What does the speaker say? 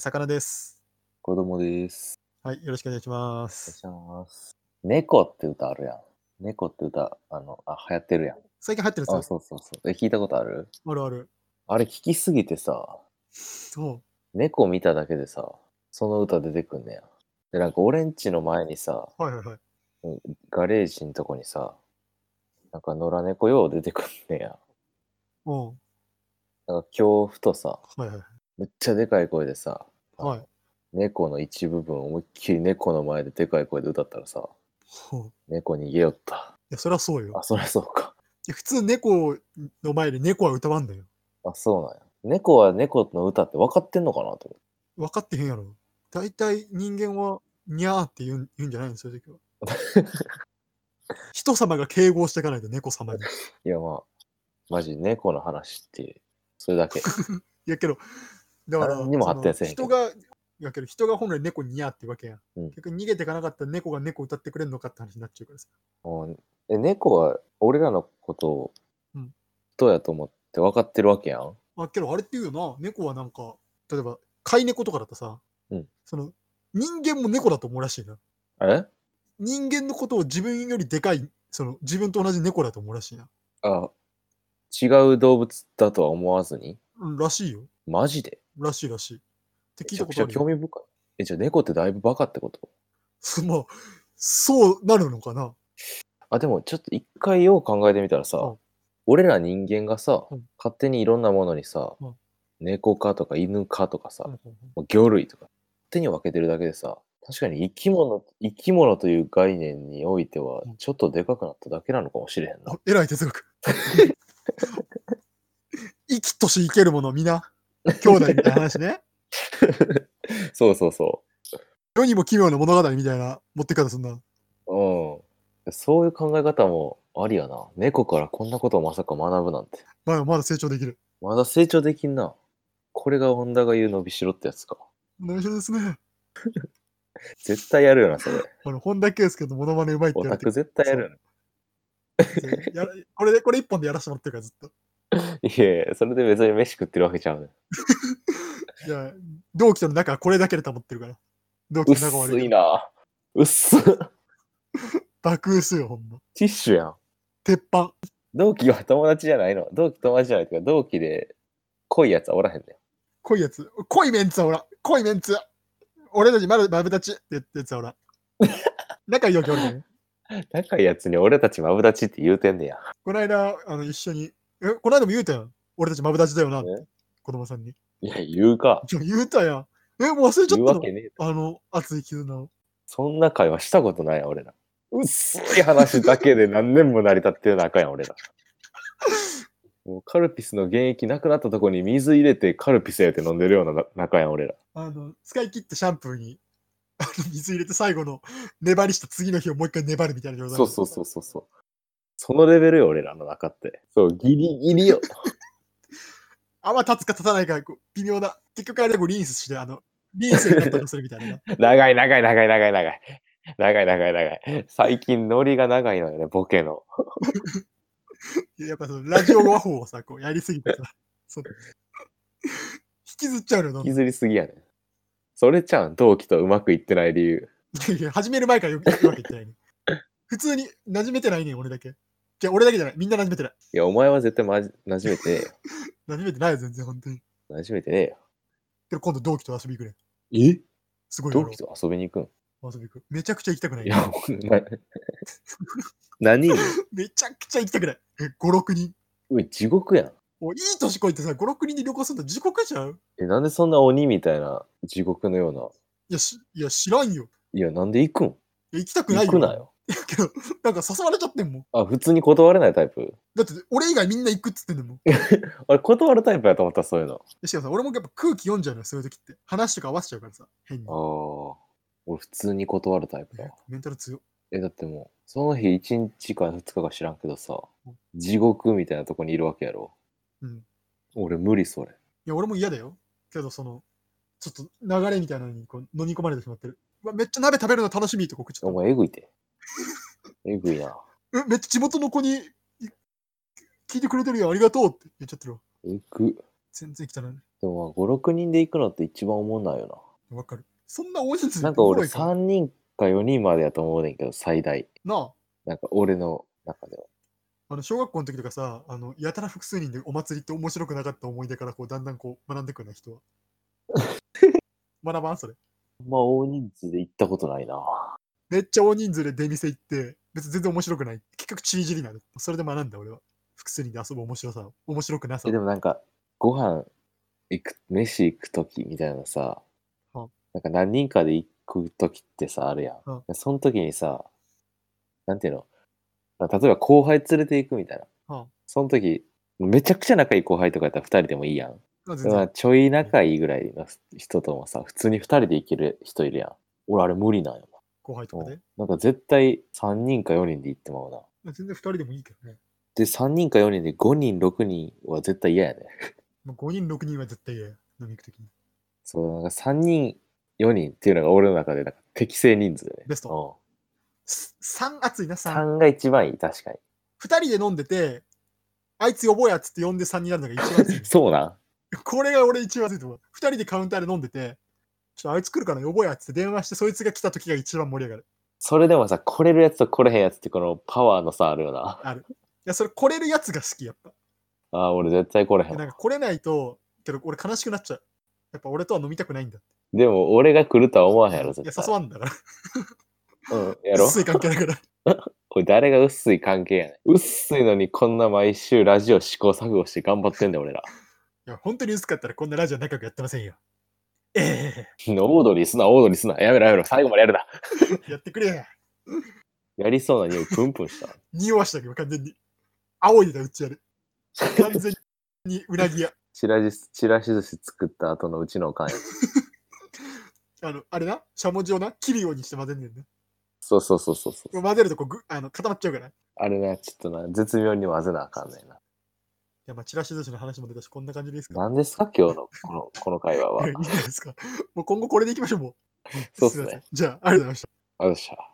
魚です。 子供です。 はい、よろしくお願いしまお願いす。 します。猫って歌あるやん。猫って歌、流行ってるやん。 最近流行ってるあ、 やつそうそうそう。聞いたことある？ あるある。 あれ聞きすぎてさ、 そ猫見ただけでさ、その歌出てくんねや。で、なんか俺んちの前にさ、 う。はいはいはい。 ガレージのとこにさ、なんか野良猫よう出てくんねや。 うん。 なんか今日ふとさ、 はいはい。 めっちゃでかい声でさ、 はい。 猫の一部分を思いっきり猫の前ででかい声で歌ったらさ、 ほう。 猫逃げよった。 いや、そりゃそうよ。 あ、そりゃそうか。 いや、普通猫の前で猫は歌わんだよ。 あ、そうなんや。猫は猫の歌って分かってんのかなと思分かってへんやろ。だいたい人間は、にゃーって言うんじゃないの、そういう時は。人様が敬語をしていかないと、猫様に。いう。いや、マジ猫の話って、それだけ。 やけど、だから、 何にも発展せえへんけど。 人が本来猫ににゃーってわけやん。 うん。 結局逃げていかなかったら猫が猫歌ってくれんのかって話になっちゃうからさ。 猫は俺らのことをうん。 人やと思って分かってるわけやん。 けどあれっていうよな、猫はなんか、例えば、飼い猫とかだとさ、 うん。 その、人間も猫だと思うらしいな。 え人間のことを自分よりでかい、自分と同じ猫だと思うらしいな。 あ、違う動物だとは思わずにうん、らしいよ。 マジでらしいらしい。って聞いめちゃくちゃたことあるよ。 興味深い。じゃあ猫ってだいぶバカってこと？ まあ、そうなるのかな。 あ、でもちょっと一回よう考えてみたらさ、 うん、 俺ら人間がさ、 うん、 勝手にいろんなものにさ、 うん、 猫科とか犬科とかさ、 うん、 魚類とか、手に分けてるだけでさ、確かに生き物という概念においては、 うん。 ちょっとでかくなっただけなのかもしれへんな。 偉い哲学。生きとし生けるもの皆、兄弟みたいな話ね。 そうそうそ世にも奇妙な物語みたいな持ってき方すんな。 う。うん。そういう考え方もありやな。猫からこんなことをまさか学ぶなんて。 まだ成長できる。 まだ成長できんな。これがホンダが言う伸びしろってやつか。 面白いですね。 絶対やるよな、それ。 本田圭佑のモノマネうまいって言われてる。 オタク絶対やるよな。 これ一本でやらせてもらってるからずっと。 いやいや、それで別に飯食ってるわけちゃうねん。 いや、同期との仲はこれだけで保ってるから。同期と仲悪薄いけど。 いな。薄っ。 爆薄よ、ほんま。 ティッシュやん。 鉄板。 同期は友達じゃないの。同期友達じゃないっていうか、同期で濃いやつはおらへんねん。 濃いやつ。濃いメンツはおらん。濃いメンツ。俺たちまだマブダチって言ったやつはおらん。仲いいよ、俺だね。 仲いいやつに俺たちマブダチって言うてんねや。 この間、一緒に、この間も言うたやん。俺たちマブダチだよなって。 ね、 子供さんに。 いや、言うか。 言うたやん。もう忘れちゃ言うったのわけねえ。 熱い絆を。 そんな会話したことないやん、俺ら。薄い話だけで何年も成り立ってる仲やん、俺ら。もうカルピスの原液なくなったとこに水入れてカルピスやって飲んでるような仲やん、俺ら。 使い切ってシャンプーに水入れて最後の粘りした次の日をもう一回粘るみたいな状態。 そうそうそうそうそう。そのレベルよ、俺らの中って。そう、ギリギリよ。 泡立つか立たないか、微妙な。結局あれリンスして、リンスになったとするみたいな。 長い長い長い長い長い。長い長い長い。最近ノリが長いのよね、ボケの。 やっぱラジオ和法をさ、やりすぎてさ、引きずっちゃうのよ。 引きずりすぎやねん。それちゃうん、同期とうまくいってない理由。 いや、始める前からうまくいってないね。普通に馴染めてないねん、俺だけ。じゃ俺だけじゃない。みんな馴染めてない。 いや、お前は絶対馴染めてねえよ。 馴染めてないよ、全然、本当に。 馴染めてねえよ。 けど今度同期と遊び行くね。 えすごいだろ。 同期と遊びに行くん？ 遊び行く。めちゃくちゃ行きたくない。 いや、何人？ めちゃくちゃ行きたくない。5、6人。 うい、地獄やん。 もういい年こいてさ、5、6人で旅行すると地獄ちゃう？ なんでそんな鬼みたいな地獄のような。 いや、知らんよ。 いや、なんで行くん？ 行きたくないよ。 行くなよ。 けど、なんか誘われちゃってんもん。 あ、普通に断れないタイプ？ だって、俺以外みんな行くっつってんだもん。 あれ、断るタイプやと思った、そういうの。 しかもさ、俺もやっぱ空気読んじゃうのよ、そういう時って。話とか合わせちゃうからさ、変に。 ああ、俺普通に断るタイプだわ。 メンタル強っ。 だってもう、その日1日か2日か知らんけどさうん、 地獄みたいなとこにいるわけやろ。 うん。 俺無理それ。 いや、俺も嫌だよ。けど、ちょっと流れみたいなのに飲み込まれてしまってる。うわめっちゃ鍋食べるの楽しみとか送っちゃおった。 前えぐいて。えぐいな。 めっちゃ地元の子に聞いてくれてるよ、ありがとうって言っちゃってるわ。 えぐ。 全然汚い。 でも5、6人で行くのって一番おもんないよわかる。そんな大人数な。なんか俺いか 3人か4人までやと思うねんけど、最大。 ななんか俺の中では。 小学校の時とかさ、やたら複数人でお祭りって面白くなかった思い出から、こう、だんだんこう、学んでくるな、人は。学ばんそれ。 まあ大人数で行ったことないな。 めっちゃ大人数で出店行って、別に全然面白くない。結局、チリジリになる。それで学んだ、俺は。複数人で遊ぶ面白さを。面白くなさを。 でもなんか、ご飯飯行くときみたいなさ、 はなんか何人かで行くときってさ、あるやはん。その時にさ、なんていうの、例えば後輩連れて行くみたいな。 はその時、めちゃくちゃ仲いい後輩とかやったら2人でもいいやん。 全でまあ然。 ちょい仲いいぐらいの人ともさ、普通に2人で行ける人いるやん。俺あれ無理なんよな。 後輩とかで。 なんか絶対3人か4人で行ってまうな。 全然2人でもいいけどね。 で、3人か4人で5人、6人は絶対嫌やね。 もう5人、6人は絶対嫌や。飲み行くときに。 そう、なんか3人、4人っていうのが俺の中でなんか適正人数でね。 ベスト。3熱いな、3。 3が一番いい、確かに。 2人で飲んでて、あいつ呼ぼうやっつって呼んで3になるのが一番熱い。 そうなん。 これが俺一番熱いと思う。2人でカウンターで飲んでて、ちょっとあいつ来るから呼ぼうやっつって電話して、そいつが来た時が一番盛り上がる。 それでもさ、来れるやつと来れへんやつってこのパワーの差あるよな。 ある。いや、それ来れるやつが好き、やっぱ。 ああ、俺絶対来れへんわ。 なんか来れないと、けど俺悲しくなっちゃう。やっぱ俺とは飲みたくないんだって。 でも俺が来るとは思わへんやろ、 いや、 絶対。 誘わんだから。 うん、やろ。 薄い関係だから。 これ誰が薄い関係やねん。薄いのにこんな毎週ラジオ試行錯誤して頑張ってんだよ、俺ら。 いや、本当に薄かったらこんなラジオ仲良くやってませんよ。えオードリーすな、オードリーすな。やめろやめろ、最後までやるな。 やってくれや。 やりそうな匂いプンプンした。 匂わしたけど完全に。青いだ、うちやる。完全にうなぎや。 ちらし寿司作った後のうちのおかんや。 あれな、しゃもじをな、切るようにして混ぜんねんね。 そうそうそうそうそう。 混ぜるとこう固まっちゃうから。いあれな、ちょっとな、絶妙に混ぜなあかんねんな。 や、まあ、ちらし寿司の話も出たし、こんな感じでいいですか？ 何ですか今日のこの会話は。 いいですか？もう今後これでいきましょう、もう。 そうっすね。 じゃあ、ありがとうございました。 ありがとうございました。